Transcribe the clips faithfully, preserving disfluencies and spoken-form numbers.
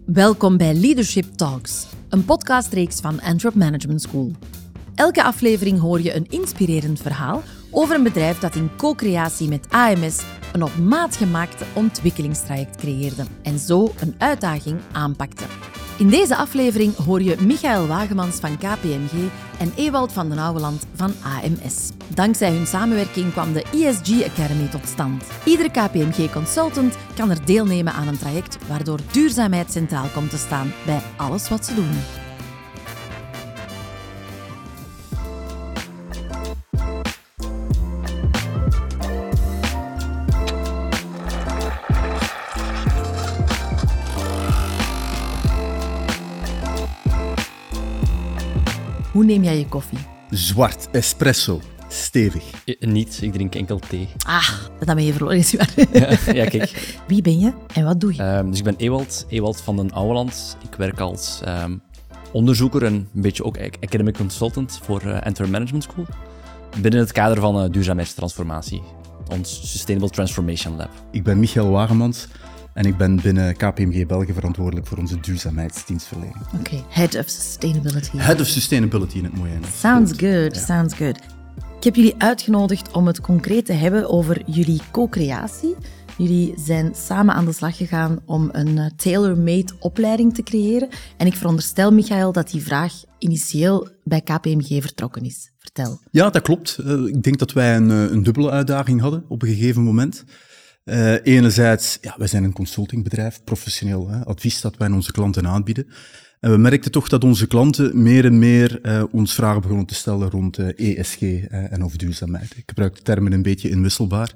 Welkom bij Leadership Talks, een podcastreeks van Antwerp Management School. Elke aflevering hoor je een inspirerend verhaal over een bedrijf dat in co-creatie met A M S een op maat gemaakte ontwikkelingstraject creëerde en zo een uitdaging aanpakte. In deze aflevering hoor je Michael Wagemans van K P M G en Ewald van den Ouweland van A M S. Dankzij hun samenwerking kwam de E S G Academy tot stand. Iedere K P M G-consultant kan er deelnemen aan een traject waardoor duurzaamheid centraal komt te staan bij alles wat ze doen. Hoe neem jij je koffie? Zwart, espresso, stevig. Uh, niet, ik drink enkel thee. Ah, dat ben je verloren, is waar. Ja, ja, kijk. Wie ben je en wat doe je? Um, dus ik ben Ewald, Ewald van den Ouweland. Ik werk als um, onderzoeker en een beetje ook academic consultant voor uh, Antwerp Management School. Binnen het kader van uh, duurzaamheidstransformatie, ons Sustainable Transformation Lab. Ik ben Michael Wagemans en ik ben binnen K P M G België verantwoordelijk voor onze duurzaamheidsdienstverlening. Oké, okay. Head of Sustainability. Head of Sustainability in het mooie Engels. Sounds good, ja. sounds good. Ik heb jullie uitgenodigd om het concreet te hebben over jullie co-creatie. Jullie zijn samen aan de slag gegaan om een uh, tailor-made opleiding te creëren. En ik veronderstel, Michael, dat die vraag initieel bij K P M G vertrokken is. Vertel. Ja, dat klopt. Uh, ik denk dat wij een, een dubbele uitdaging hadden op een gegeven moment. Uh, enerzijds, ja, wij zijn een consultingbedrijf, professioneel hè, advies dat wij aan onze klanten aanbieden. En we merkten toch dat onze klanten meer en meer uh, ons vragen begonnen te stellen rond uh, E S G uh, en of duurzaamheid. Ik gebruik de termen een beetje inwisselbaar.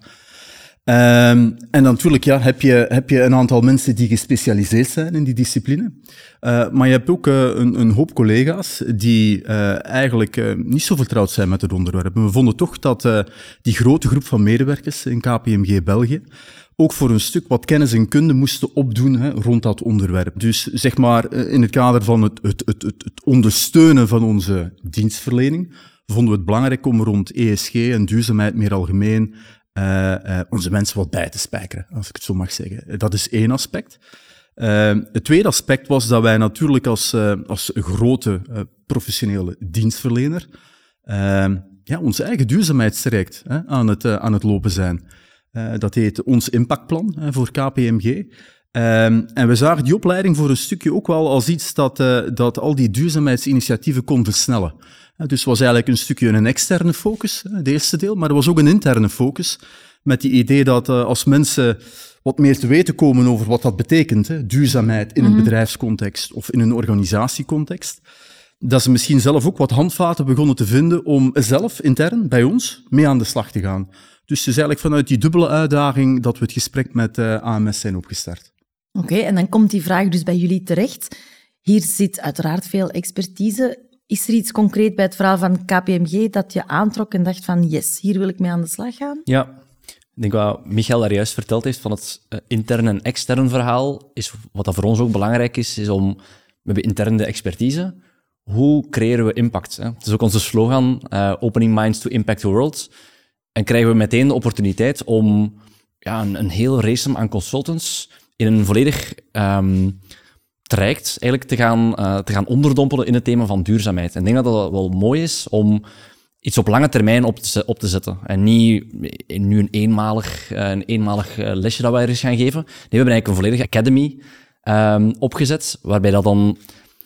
Um, en natuurlijk ja, heb, je, heb je een aantal mensen die gespecialiseerd zijn in die discipline. Uh, maar je hebt ook uh, een, een hoop collega's die uh, eigenlijk uh, niet zo vertrouwd zijn met het onderwerp. En we vonden toch dat uh, die grote groep van medewerkers in K P M G België ook voor een stuk wat kennis en kunde moesten opdoen hè, rond dat onderwerp. Dus zeg maar in het kader van het, het, het, het, het ondersteunen van onze dienstverlening vonden we het belangrijk om rond E S G en duurzaamheid meer algemeen Uh, uh, onze mensen wat bij te spijkeren, als ik het zo mag zeggen. Dat is één aspect. Uh, het tweede aspect was dat wij natuurlijk als, uh, als grote uh, professionele dienstverlener uh, ja, ons eigen duurzaamheidstraject hè, aan, het, uh, aan het lopen zijn. Uh, dat heet ons impactplan uh, voor K P M G. Uh, en we zagen die opleiding voor een stukje ook wel als iets dat, uh, dat al die duurzaamheidsinitiatieven kon versnellen. Dus het was eigenlijk een stukje een externe focus, het eerste deel, maar er was ook een interne focus met die idee dat uh, als mensen wat meer te weten komen over wat dat betekent, hè, duurzaamheid in een bedrijfscontext of in een organisatiecontext, dat ze misschien zelf ook wat handvaten begonnen te vinden om zelf intern bij ons mee aan de slag te gaan. Dus het is eigenlijk vanuit die dubbele uitdaging dat we het gesprek met uh, A M S zijn opgestart. Oké, okay, en dan komt die vraag dus bij jullie terecht. Hier zit uiteraard veel expertise. Is er iets concreet bij het verhaal van K P M G dat je aantrok en dacht van yes, hier wil ik mee aan de slag gaan? Ja, ik denk wat Michael daar juist verteld heeft van het uh, intern en extern verhaal, is wat dat voor ons ook belangrijk is, is om, we hebben intern de expertise, hoe creëren we impact? Hè? Het is ook onze slogan, uh, opening minds to impact the world. En krijgen we meteen de opportuniteit om ja, een, een heel race aan consultants in een volledig Um, traject eigenlijk te gaan, uh, te gaan onderdompelen in het thema van duurzaamheid. En ik denk dat dat wel mooi is om iets op lange termijn op te, op te zetten. En niet nu een eenmalig, uh, een eenmalig uh, lesje dat wij er eens gaan geven. Nee, we hebben eigenlijk een volledige academy um, opgezet, waarbij dat dan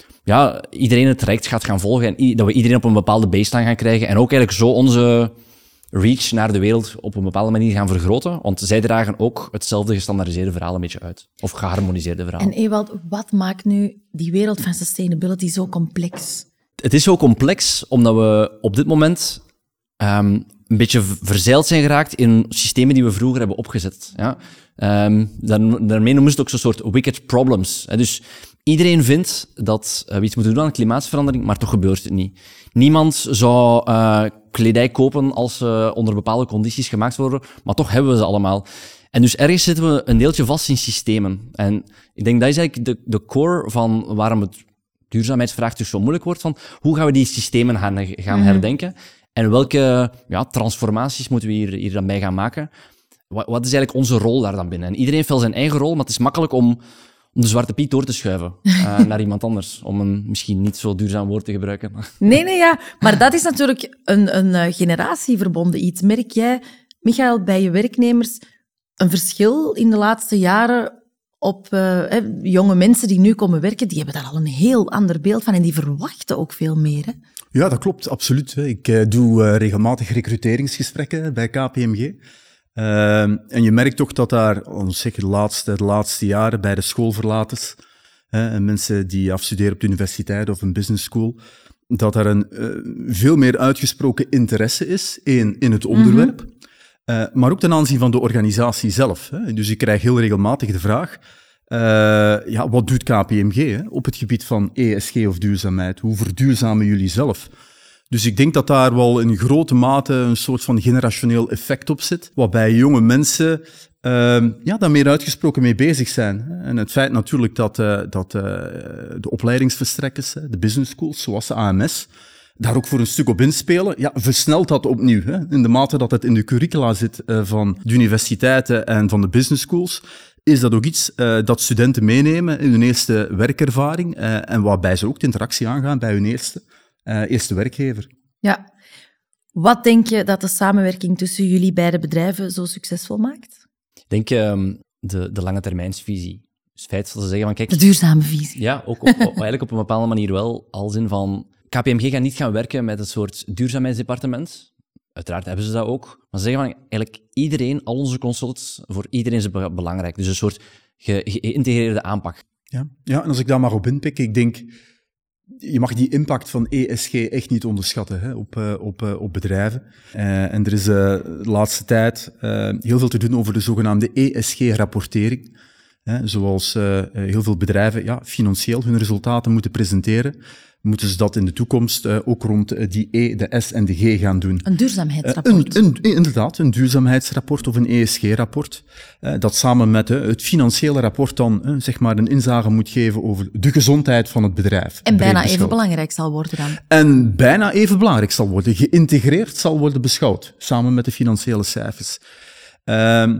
ja, iedereen het traject gaat gaan volgen en i- dat we iedereen op een bepaalde baseline gaan krijgen. En ook eigenlijk zo onze reach naar de wereld op een bepaalde manier gaan vergroten, want zij dragen ook hetzelfde gestandaardiseerde verhaal een beetje uit. Of geharmoniseerde verhaal. En Ewald, wat maakt nu die wereld van sustainability zo complex? Het is zo complex omdat we op dit moment um, een beetje verzeild zijn geraakt in systemen die we vroeger hebben opgezet. Ja? Um, daarmee noemen ze het ook zo'n soort wicked problems. Hè? Dus iedereen vindt dat we iets moeten doen aan klimaatverandering, maar toch gebeurt het niet. Niemand zou uh, kledij kopen als ze onder bepaalde condities gemaakt worden, maar toch hebben we ze allemaal. En dus ergens zitten we een deeltje vast in systemen. En ik denk dat is eigenlijk de, de core van waarom het duurzaamheidsvraagstuk zo moeilijk wordt, van hoe gaan we die systemen gaan, gaan mm-hmm. herdenken en welke ja, transformaties moeten we hier, hier dan bij gaan maken. Wat, wat is eigenlijk onze rol daar dan binnen? En iedereen heeft wel zijn eigen rol, maar het is makkelijk om om de zwarte piet door te schuiven uh, naar iemand anders. Om een misschien niet zo duurzaam woord te gebruiken. Nee, nee, ja. Maar dat is natuurlijk een, een uh, generatieverbonden iets. Merk jij, Michael, bij je werknemers een verschil in de laatste jaren op uh, hè, jonge mensen die nu komen werken? Die hebben daar al een heel ander beeld van en die verwachten ook veel meer, hè? Ja, dat klopt, absoluut. Ik uh, doe uh, regelmatig recruteringsgesprekken bij K P M G. Uh, en je merkt toch dat daar, zeg, de, laatste, de laatste jaren bij de schoolverlaters, uh, en mensen die afstuderen op de universiteit of een business school, dat er een uh, veel meer uitgesproken interesse is in, in het onderwerp, mm-hmm. uh, maar ook ten aanzien van de organisatie zelf. Hè. Dus ik krijg heel regelmatig de vraag, uh, ja, wat doet K P M G hè, op het gebied van E S G of duurzaamheid? Hoe verduurzamen jullie zelf? Dus ik denk dat daar wel in grote mate een soort van generationeel effect op zit, waarbij jonge mensen uh, ja, daar meer uitgesproken mee bezig zijn. En het feit natuurlijk dat, uh, dat uh, de opleidingsverstrekkers, de business schools, zoals de A M S, daar ook voor een stuk op inspelen, ja, versnelt dat opnieuw. Hè? In de mate dat het in de curricula zit uh, van de universiteiten en van de business schools, is dat ook iets uh, dat studenten meenemen in hun eerste werkervaring uh, en waarbij ze ook de interactie aangaan bij hun eerste Uh, eerste werkgever. Ja. Wat denk je dat de samenwerking tussen jullie beide bedrijven zo succesvol maakt? Ik denk um, de, de lange termijnsvisie. Dus het feit dat ze zeggen van kijk... De duurzame visie. Ja, ook op, op, eigenlijk op een bepaalde manier wel. Als in van... K P M G gaat niet gaan werken met een soort duurzaamheidsdepartement. Uiteraard hebben ze dat ook. Maar ze zeggen van eigenlijk iedereen, al onze consultants, voor iedereen is het belangrijk. Dus een soort ge, geïntegreerde aanpak. Ja. ja, en als ik daar maar op inpik, ik denk... Je mag die impact van E S G echt niet onderschatten hè, op, uh, op, uh, op bedrijven. Uh, en er is uh, de laatste tijd uh, heel veel te doen over de zogenaamde E S G-rapportering. Hè, zoals uh, heel veel bedrijven ja, financieel hun resultaten moeten presenteren, moeten ze dat in de toekomst uh, ook rond uh, die E, de S en de G gaan doen. Een duurzaamheidsrapport. Uh, een, een, inderdaad, een duurzaamheidsrapport of een E S G-rapport. Uh, dat samen met uh, het financiële rapport dan uh, zeg maar een inzage moet geven over de gezondheid van het bedrijf. En bijna even belangrijk zal worden dan. En bijna even belangrijk zal worden. Geïntegreerd zal worden beschouwd, samen met de financiële cijfers. Uh,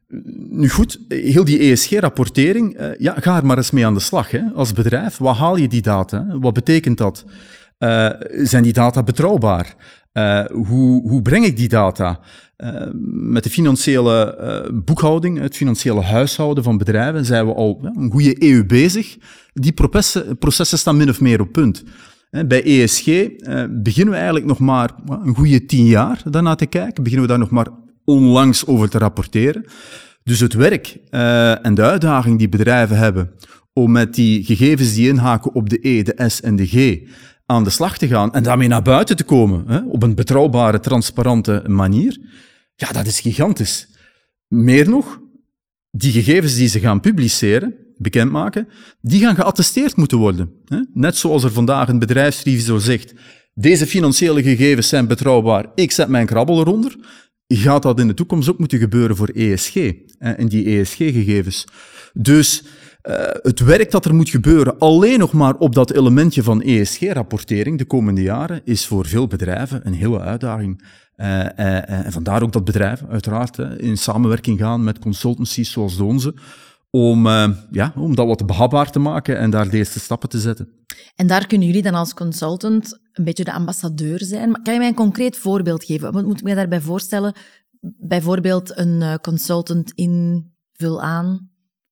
Nu goed, heel die E S G-rapportering, uh, ja, ga er maar eens mee aan de slag. Hè. Als bedrijf, waar haal je die data? Hè? Wat betekent dat? Uh, zijn die data betrouwbaar? Uh, hoe, hoe breng ik die data? Uh, met de financiële uh, boekhouding, het financiële huishouden van bedrijven, zijn we al ja, een goede eeuw bezig. Die processen, processen staan min of meer op punt. Bij E S G uh, beginnen we eigenlijk nog maar een goede tien jaar daarna te kijken. Beginnen we daar nog maar onlangs over te rapporteren. Dus het werk uh, en de uitdaging die bedrijven hebben om met die gegevens die inhaken op de E, de S en de G aan de slag te gaan en daarmee naar buiten te komen, hè, op een betrouwbare, transparante manier, ja, dat is gigantisch. Meer nog, die gegevens die ze gaan publiceren, bekendmaken, die gaan geattesteerd moeten worden. Hè. Net zoals er vandaag een bedrijfsrevisor zegt, deze financiële gegevens zijn betrouwbaar, ik zet mijn krabbel eronder, gaat dat in de toekomst ook moeten gebeuren voor E S G en die E S G-gegevens. Dus uh, het werk dat er moet gebeuren alleen nog maar op dat elementje van E S G-rapportering de komende jaren is voor veel bedrijven een hele uitdaging. Uh, uh, en vandaar ook dat bedrijven uiteraard uh, in samenwerking gaan met consultancies zoals de onze, om, uh, ja, om dat wat behapbaar te maken en daar de eerste stappen te zetten. En daar kunnen jullie dan als consultant een beetje de ambassadeur zijn. Maar kan je mij een concreet voorbeeld geven? Wat moet ik me daarbij voorstellen? Bijvoorbeeld een uh, consultant in vul aan.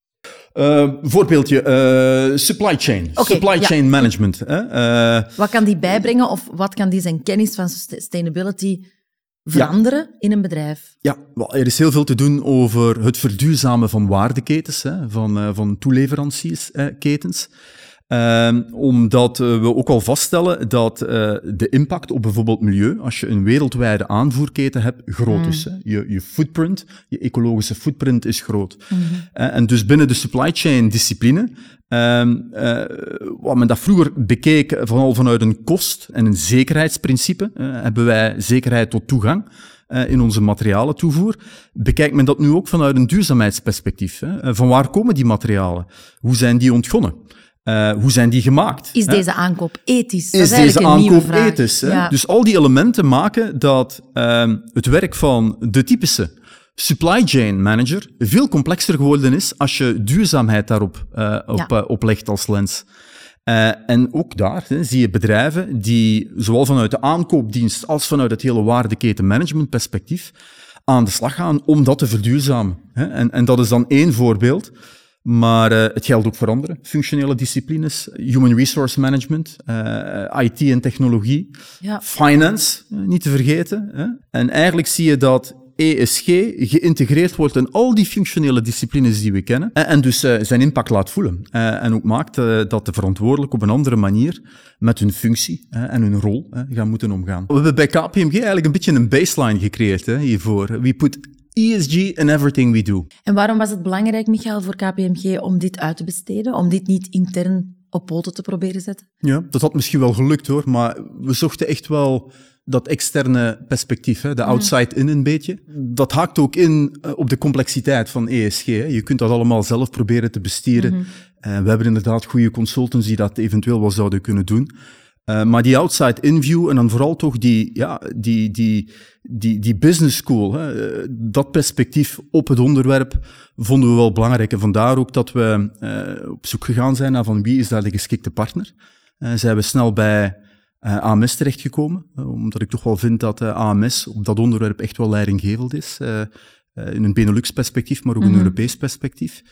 Uh, voorbeeldje, uh, supply chain. Okay, supply ja. chain management. Hè? Uh, wat kan die bijbrengen of wat kan die zijn kennis van sustainability veranderen ja. in een bedrijf? Ja, well, er is heel veel te doen over het verduurzamen van waardeketens, hè, van, uh, van toeleveranciersketens. Uh, omdat uh, we ook al vaststellen dat uh, de impact op bijvoorbeeld milieu, als je een wereldwijde aanvoerketen hebt, groot mm. is. Hè. Je, je footprint, je ecologische footprint is groot. Mm-hmm. Uh, en dus binnen de supply chain discipline, uh, uh, wat men dat vroeger bekeek vooral vanuit een kost- en een zekerheidsprincipe, uh, hebben wij zekerheid tot toegang uh, in onze materialen toevoer, bekijkt men dat nu ook vanuit een duurzaamheidsperspectief. Hè. Uh, van waar komen die materialen? Hoe zijn die ontgonnen? Uh, hoe zijn die gemaakt? Is hè? deze aankoop ethisch? Dat is, is deze een aankoop vraag. ethisch? Hè? Ja. Dus al die elementen maken dat uh, het werk van de typische supply chain manager veel complexer geworden is als je duurzaamheid daarop uh, op, Ja. uh, op legt als lens. Uh, en ook daar hè, zie je bedrijven die zowel vanuit de aankoopdienst als vanuit het hele waardeketen-management perspectief aan de slag gaan om dat te verduurzamen. Hè. En, en dat is dan één voorbeeld. Maar uh, het geldt ook voor andere functionele disciplines. Human resource management, uh, I T en technologie, Ja. finance, uh, niet te vergeten. Hè. En eigenlijk zie je dat E S G geïntegreerd wordt in al die functionele disciplines die we kennen. En, en dus uh, zijn impact laat voelen. Uh, en ook maakt uh, dat de verantwoordelijken op een andere manier met hun functie uh, en hun rol uh, gaan moeten omgaan. We hebben bij K P M G eigenlijk een beetje een baseline gecreëerd hè, hiervoor. We put E S G in everything we do. En waarom was het belangrijk, Michael, voor K P M G om dit uit te besteden? Om dit niet intern op poten te proberen zetten? Ja, dat had misschien wel gelukt hoor, maar we zochten echt wel dat externe perspectief, hè, de outside-in een beetje. Dat haakt ook in uh, op de complexiteit van E S G. Hè. Je kunt dat allemaal zelf proberen te bestieren. Mm-hmm. Uh, we hebben inderdaad goede consultants die dat eventueel wel zouden kunnen doen. Uh, maar die outside-in view en dan vooral toch die, ja, die, die, die, die business school, hè, uh, dat perspectief op het onderwerp vonden we wel belangrijk. En vandaar ook dat we uh, op zoek gegaan zijn naar van wie is daar de geschikte partner. Uh, zijn we snel bij uh, A M S terechtgekomen, uh, omdat ik toch wel vind dat uh, A M S op dat onderwerp echt wel leidinggevend is. Uh, uh, in een Benelux-perspectief, maar ook Mm-hmm. een Europees perspectief.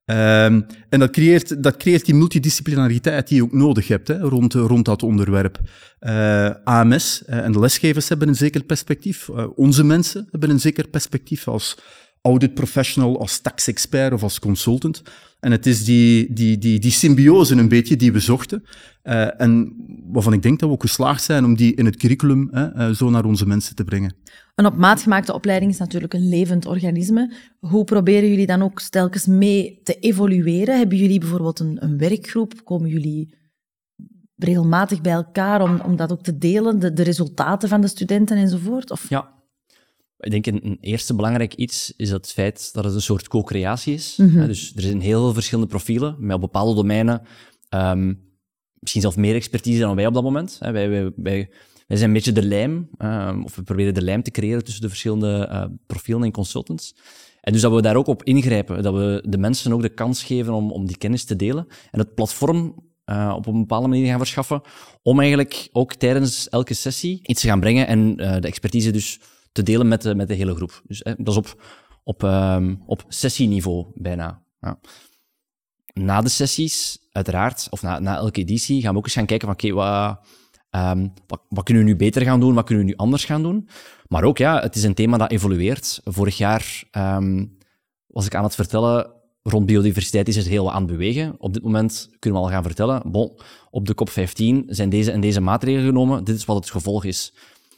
Um, en dat creëert, dat creëert die multidisciplinariteit die je ook nodig hebt hè, rond, rond dat onderwerp. Uh, A M S uh, en de lesgevers hebben een zeker perspectief. Uh, onze mensen hebben een zeker perspectief als audit professional, als tax-expert of als consultant. En het is die, die, die, die symbiose een beetje die we zochten. Uh, en waarvan ik denk dat we ook geslaagd zijn om die in het curriculum hè, uh, zo naar onze mensen te brengen. Een op maat gemaakte opleiding is natuurlijk een levend organisme. Hoe proberen jullie dan ook telkens mee te evolueren? Hebben jullie bijvoorbeeld een, een werkgroep? Komen jullie regelmatig bij elkaar om, om dat ook te delen, de, de resultaten van de studenten enzovoort? Of... Ja. Ik denk een, een eerste belangrijk iets is het feit dat het een soort co-creatie is. Mm-hmm. Dus er zijn heel veel verschillende profielen, met op bepaalde domeinen um, misschien zelfs meer expertise dan wij op dat moment. Wij, wij, wij, wij zijn een beetje de lijm, um, of we proberen de lijm te creëren tussen de verschillende uh, profielen en consultants. En dus dat we daar ook op ingrijpen, dat we de mensen ook de kans geven om, om die kennis te delen en het platform uh, op een bepaalde manier gaan verschaffen, om eigenlijk ook tijdens elke sessie iets te gaan brengen en uh, de expertise dus te delen met de, met de hele groep. Dus eh, dat is op, op, um, op sessieniveau bijna. Ja. Na de sessies, uiteraard, of na, na elke editie, gaan we ook eens gaan kijken van oké, okay, wat, um, wat, wat kunnen we nu beter gaan doen, wat kunnen we nu anders gaan doen. Maar ook, ja, het is een thema dat evolueert. Vorig jaar um, was ik aan het vertellen, rond biodiversiteit is het heel wat aan het bewegen. Op dit moment kunnen we al gaan vertellen, bon, op de C O P vijftien zijn deze en deze maatregelen genomen, dit is wat het gevolg is.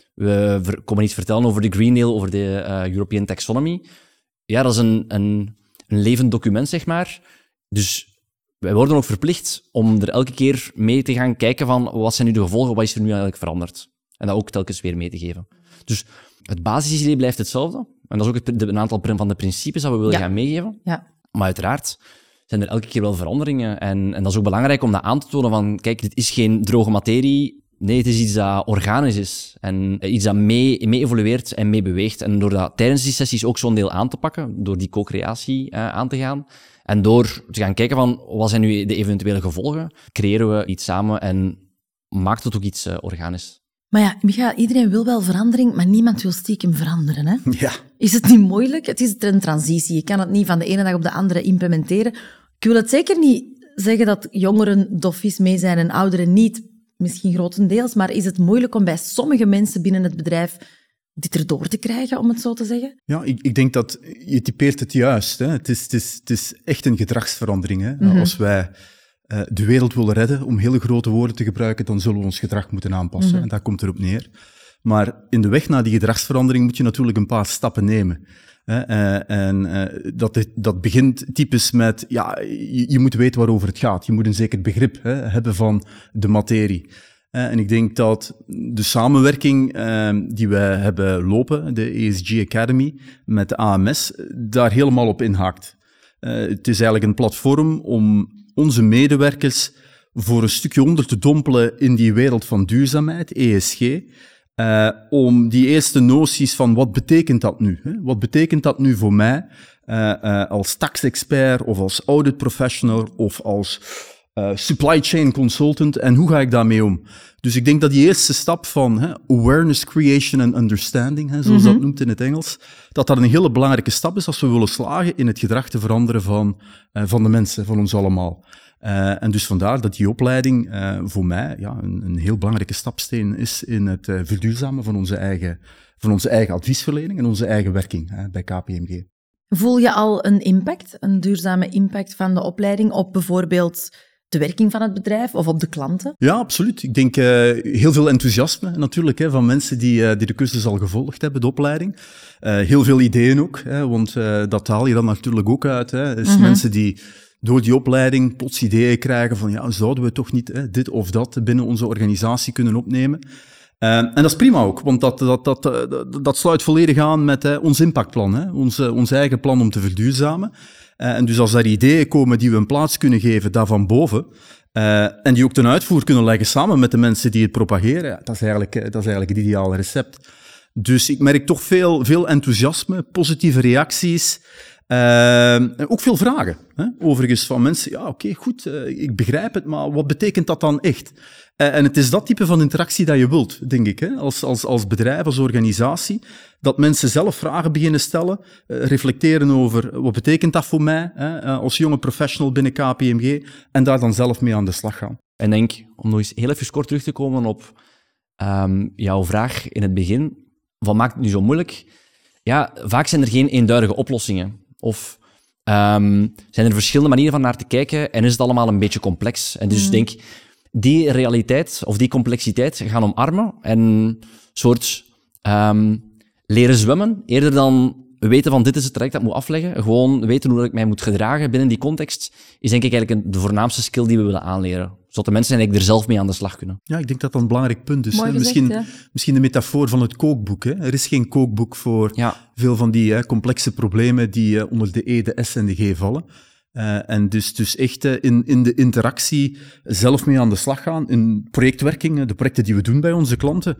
We komen iets vertellen over de Green Deal, over de uh, European Taxonomy. Ja, dat is een, een, een levend document, zeg maar. Dus wij worden ook verplicht om er elke keer mee te gaan kijken van wat zijn nu de gevolgen, wat is er nu eigenlijk veranderd. En dat ook telkens weer mee te geven. Dus het basisidee blijft hetzelfde. En dat is ook het, een aantal van de principes dat we willen ja. gaan meegeven. Ja. Maar uiteraard zijn er elke keer wel veranderingen. En, en dat is ook belangrijk om dat aan te tonen van, kijk, dit is geen droge materie. Nee, het is iets dat organisch is en iets dat mee, mee evolueert en mee beweegt. En door dat tijdens die sessies ook zo'n deel aan te pakken, door die co-creatie uh, aan te gaan en door te gaan kijken van wat zijn nu de eventuele gevolgen, creëren we iets samen en maakt het ook iets uh, organisch. Maar ja, Micha, iedereen wil wel verandering, maar niemand wil stiekem veranderen. Hè? Ja. Is het niet moeilijk? Het is een transitie. Je kan het niet van de ene dag op de andere implementeren. Ik wil het zeker niet zeggen dat jongeren doffies mee zijn en ouderen niet. Misschien grotendeels, maar is het moeilijk om bij sommige mensen binnen het bedrijf dit erdoor te krijgen, om het zo te zeggen? Ja, ik, ik denk dat je typeert het juist. Hè. Het, is, het, is, het is echt een gedragsverandering. Hè. Mm-hmm. Als wij uh, de wereld willen redden, om hele grote woorden te gebruiken, dan zullen we ons gedrag moeten aanpassen. Mm-hmm. En daar komt erop neer. Maar in de weg naar die gedragsverandering moet je natuurlijk een paar stappen nemen. Hè. Uh, en uh, dat, dat begint typisch met, ja, je, je moet weten waarover het gaat. Je moet een zeker begrip hè, hebben van de materie. Uh, en ik denk dat de samenwerking uh, die we hebben lopen, de E S G Academy met de A M S, daar helemaal op inhaakt. Uh, het is eigenlijk een platform om onze medewerkers voor een stukje onder te dompelen in die wereld van duurzaamheid, E S G. Uh, om die eerste noties van wat betekent dat nu? Hè? Wat betekent dat nu voor mij uh, uh, als tax-expert of als audit professional of als uh, supply chain consultant en hoe ga ik daarmee om? Dus ik denk dat die eerste stap van hè, awareness creation and understanding, hè, zoals mm-hmm. dat noemt in het Engels, dat dat een hele belangrijke stap is als we willen slagen in het gedrag te veranderen van, uh, van de mensen, van ons allemaal. Uh, en dus vandaar dat die opleiding uh, voor mij ja, een, een heel belangrijke stapsteen is in het uh, verduurzamen van onze eigen, van onze eigen adviesverlening en onze eigen werking hè, bij K P M G. Voel je al een impact, een duurzame impact van de opleiding op bijvoorbeeld de werking van het bedrijf of op de klanten? Ja, absoluut. Ik denk uh, heel veel enthousiasme natuurlijk hè, van mensen die, uh, die de cursus al gevolgd hebben, de opleiding. Uh, heel veel ideeën ook, hè, want uh, dat haal je dan natuurlijk ook uit. Hè. Dus mm-hmm. mensen die door die opleiding plots ideeën krijgen van ja, zouden we toch niet hè, dit of dat binnen onze organisatie kunnen opnemen. Uh, en dat is prima ook, want dat, dat, dat, dat, dat sluit volledig aan met hè, ons impactplan, hè, ons, ons eigen plan om te verduurzamen. Uh, en dus als er ideeën komen die we een plaats kunnen geven daarvan boven, uh, en die ook ten uitvoer kunnen leggen samen met de mensen die het propageren, dat is eigenlijk, dat is eigenlijk het ideale recept. Dus ik merk toch veel, veel enthousiasme, positieve reacties. Uh, ook veel vragen, hè? Overigens, van mensen. Ja, oké, okay, goed, uh, ik begrijp het, maar wat betekent dat dan echt? Uh, en het is dat type van interactie dat je wilt, denk ik, hè? Als, als, als bedrijf, als organisatie, dat mensen zelf vragen beginnen stellen, uh, reflecteren over wat betekent dat voor mij, hè? Uh, als jonge professional binnen K P M G, en daar dan zelf mee aan de slag gaan. En denk, om nog eens heel even kort terug te komen op um, jouw vraag in het begin, wat maakt het nu zo moeilijk? Ja, vaak zijn er geen eenduidige oplossingen. Of um, zijn er verschillende manieren van naar te kijken en is het allemaal een beetje complex. En dus mm. denk, die realiteit of die complexiteit gaan omarmen en een soort um, leren zwemmen, eerder dan weten van dit is het traject dat ik moet afleggen, gewoon weten hoe ik mij moet gedragen binnen die context, is denk ik eigenlijk een, de voornaamste skill die we willen aanleren. Zodat de mensen eigenlijk er zelf mee aan de slag kunnen. Ja, ik denk dat dat een belangrijk punt is. Mooi gezegd, misschien, ja. misschien de metafoor van het kookboek. Hè. Er is geen kookboek voor ja. veel van die hè, complexe problemen die uh, onder de E, de S en de G vallen. Uh, en dus, dus echt uh, in, in de interactie zelf mee aan de slag gaan. In projectwerking, de projecten die we doen bij onze klanten.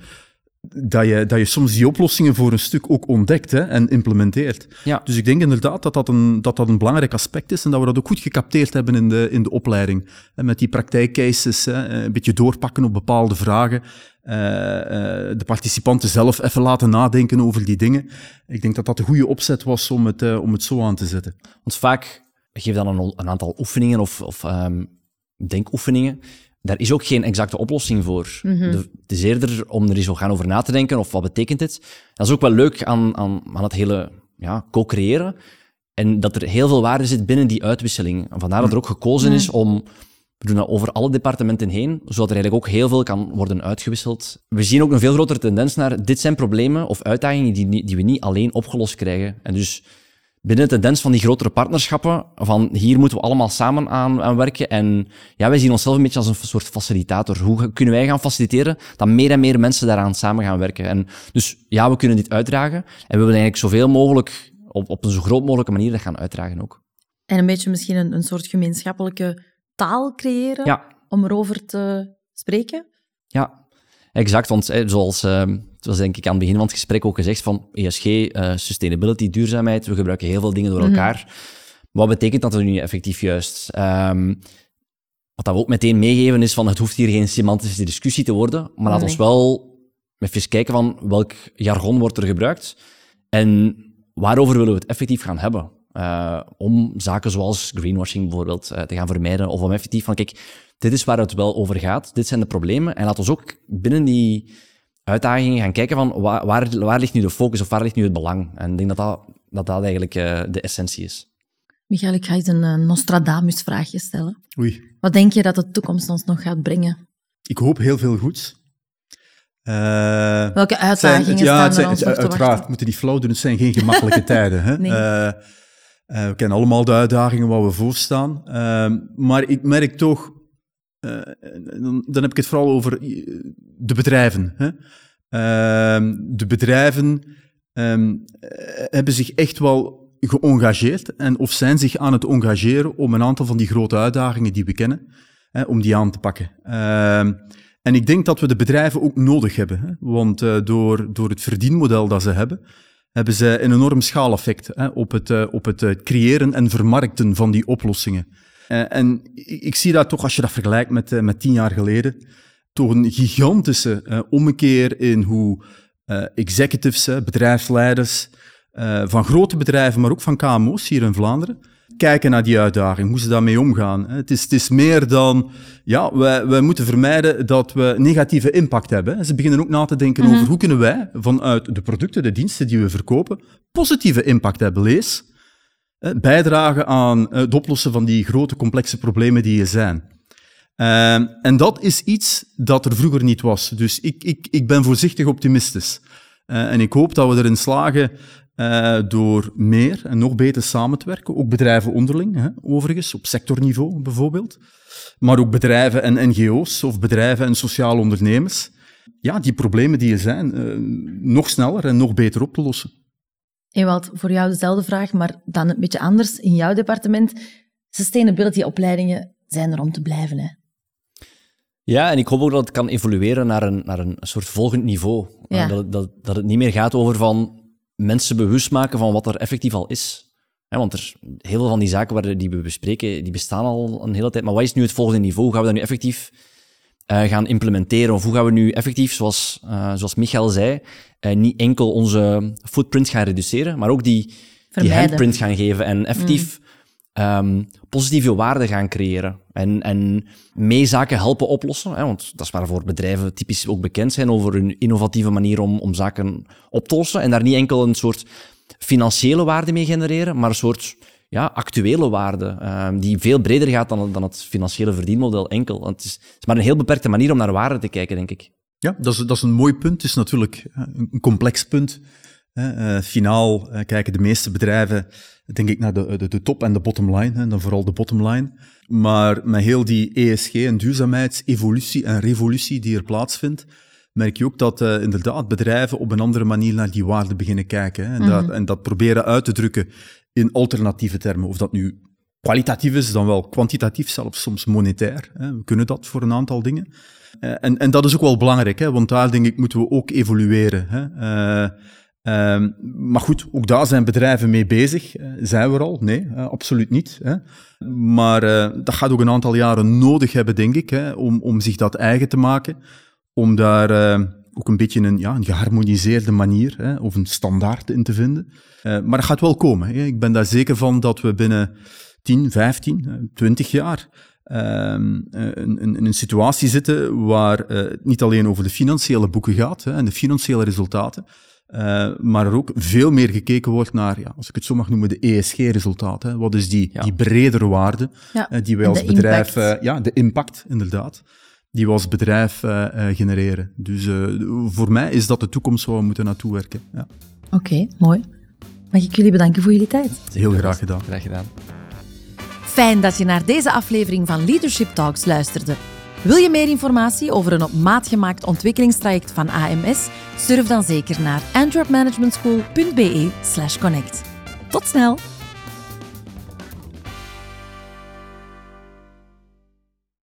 Dat je, dat je soms die oplossingen voor een stuk ook ontdekt hè, en implementeert. Ja. Dus ik denk inderdaad dat dat, een, dat dat een belangrijk aspect is en dat we dat ook goed gecapteerd hebben in de, in de opleiding. En met die praktijkcases, hè, een beetje doorpakken op bepaalde vragen, uh, uh, de participanten zelf even laten nadenken over die dingen. Ik denk dat dat een goede opzet was om het, uh, om het zo aan te zetten. Want vaak geef dan een, een aantal oefeningen of, of um, denkoefeningen. Daar is ook geen exacte oplossing voor. Mm-hmm. De, het is eerder om er eens gaan over na te denken, of wat betekent dit? Dat is ook wel leuk aan, aan, aan het hele ja, co-creëren. En dat er heel veel waarde zit binnen die uitwisseling. En vandaar mm. dat er ook gekozen mm. is om... We doen dat over alle departementen heen, zodat er eigenlijk ook heel veel kan worden uitgewisseld. We zien ook een veel grotere tendens naar... Dit zijn problemen of uitdagingen die, die we niet alleen opgelost krijgen. En dus... Binnen de tendens van die grotere partnerschappen, van hier moeten we allemaal samen aan, aan werken. En ja, wij zien onszelf een beetje als een soort facilitator. Hoe kunnen wij gaan faciliteren dat meer en meer mensen daaraan samen gaan werken? En dus ja, we kunnen dit uitdragen. En we willen eigenlijk zoveel mogelijk, op, op een zo groot mogelijke manier dat gaan uitdragen ook. En een beetje misschien een, een soort gemeenschappelijke taal creëren ja. om erover te spreken? Ja, exact. Want hè, zoals... Uh, Het was denk ik aan het begin van het gesprek ook gezegd van E S G, uh, sustainability, duurzaamheid. We gebruiken heel veel dingen door elkaar. Mm-hmm. Wat betekent dat er nu effectief juist? Um, wat dat we ook meteen meegeven is van het hoeft hier geen semantische discussie te worden, maar laat nee. ons wel even kijken van welk jargon wordt er gebruikt en waarover willen we het effectief gaan hebben. Uh, om zaken zoals greenwashing bijvoorbeeld uh, te gaan vermijden of om effectief van kijk, dit is waar het wel over gaat, dit zijn de problemen en laat ons ook binnen die uitdagingen gaan kijken van waar, waar, waar ligt nu de focus of waar ligt nu het belang. En ik denk dat dat, dat, dat eigenlijk uh, de essentie is. Michael, ik ga je een uh, Nostradamus-vraagje stellen. Oei. Wat denk je dat de toekomst ons nog gaat brengen? Ik hoop heel veel goeds. Uh, Welke uitdagingen zijn, ja, staan er ons nog te uiteraard, wachten? moeten die flauw doen. Het zijn geen gemakkelijke tijden. Hè? Nee. Uh, uh, we kennen allemaal de uitdagingen waar we voor staan. Uh, maar ik merk toch... Uh, dan, dan heb ik het vooral over de bedrijven. Hè? Uh, de bedrijven um, hebben zich echt wel geëngageerd en of zijn zich aan het engageren om een aantal van die grote uitdagingen die we kennen, hè, om die aan te pakken. Uh, En ik denk dat we de bedrijven ook nodig hebben. Hè? Want uh, door, door het verdienmodel dat ze hebben, hebben ze een enorm schaaleffect hè, op het, uh, op het uh, creëren en vermarkten van die oplossingen. Uh, en ik, ik zie dat toch, als je dat vergelijkt met, uh, met tien jaar geleden, toch een gigantische uh, ommekeer in hoe uh, executives, uh, bedrijfsleiders, uh, van grote bedrijven, maar ook van K M O's hier in Vlaanderen, kijken naar die uitdaging, hoe ze daarmee omgaan. Het is, het is meer dan, ja, wij, wij moeten vermijden dat we negatieve impact hebben. Ze beginnen ook na te denken mm-hmm. over hoe kunnen wij vanuit de producten, de diensten die we verkopen, positieve impact hebben. Lees, bijdragen aan het oplossen van die grote, complexe problemen die er zijn. Uh, en dat is iets dat er vroeger niet was. Dus ik, ik, ik ben voorzichtig optimistisch. Uh, en ik hoop dat we erin slagen Uh, door meer en nog beter samen te werken. Ook bedrijven onderling, hè, overigens, op sectorniveau bijvoorbeeld. Maar ook bedrijven en N G O's of bedrijven en sociale ondernemers. Ja, die problemen die er zijn, uh, nog sneller en nog beter op te lossen. Ewald, voor jou dezelfde vraag, maar dan een beetje anders in jouw departement. Sustainability-opleidingen zijn er om te blijven, hè? Ja, en ik hoop ook dat het kan evolueren naar een, naar een soort volgend niveau. Ja. Dat, dat, dat het niet meer gaat over van mensen bewust maken van wat er effectief al is. Ja, want er, heel veel van die zaken waar, die we bespreken, die bestaan al een hele tijd. Maar wat is nu het volgende niveau? Hoe gaan we dat nu effectief uh, gaan implementeren? Of hoe gaan we nu effectief, zoals, uh, zoals Michael zei, uh, niet enkel onze footprint gaan reduceren, maar ook die, die handprint gaan geven en effectief mm. um, positieve waarde gaan creëren. En, en mee zaken helpen oplossen. Hè, want dat is waarvoor bedrijven typisch ook bekend zijn over hun innovatieve manier om, om zaken op te lossen. En daar niet enkel een soort financiële waarde mee genereren, maar een soort ja, actuele waarde, uh, die veel breder gaat dan, dan het financiële verdienmodel enkel. Want het is, het is maar een heel beperkte manier om naar waarde te kijken, denk ik. Ja, dat is, dat is een mooi punt. Het is natuurlijk een complex punt. Uh, finaal uh, kijken de meeste bedrijven, denk ik, naar de, de, de top en de bottom line, hè, dan vooral de bottom line. Maar met heel die E S G en duurzaamheidsevolutie en revolutie die er plaatsvindt, merk je ook dat uh, inderdaad bedrijven op een andere manier naar die waarde beginnen kijken. Hè, en, mm-hmm. dat, en dat proberen uit te drukken in alternatieve termen. Of dat nu kwalitatief is, dan wel kwantitatief, zelfs soms monetair. Hè. We kunnen dat voor een aantal dingen. Uh, en, en dat is ook wel belangrijk, hè, want daar denk ik moeten we ook evolueren. Hè. Uh, Um, maar goed, ook daar zijn bedrijven mee bezig. Uh, zijn we er al? Nee, uh, absoluut niet. Hè. Maar uh, dat gaat ook een aantal jaren nodig hebben, denk ik, hè, om, om zich dat eigen te maken. Om daar uh, ook een beetje een, ja, een geharmoniseerde manier hè, of een standaard in te vinden. Uh, maar dat gaat wel komen. Hè. Ik ben daar zeker van dat we binnen tien, vijftien, twintig jaar uh, in, in een situatie zitten waar uh, het niet alleen over de financiële boeken gaat hè, en de financiële resultaten, Uh, maar er ook veel meer gekeken wordt naar, ja, als ik het zo mag noemen, de E S G-resultaten. Wat is die, ja. die bredere waarde ja. uh, die wij als bedrijf... Uh, ja, de impact, inderdaad. Die we als bedrijf uh, uh, genereren. Dus uh, voor mij is dat de toekomst waar we moeten naartoe werken. Ja. Oké, okay, mooi. Mag ik jullie bedanken voor jullie tijd? Heel graag gedaan. Graag gedaan. Fijn dat je naar deze aflevering van Leadership Talks luisterde. Wil je meer informatie over een op maat gemaakt ontwikkelingstraject van A M S? Surf dan zeker naar antwerp management school punt b e slash connect. Tot snel!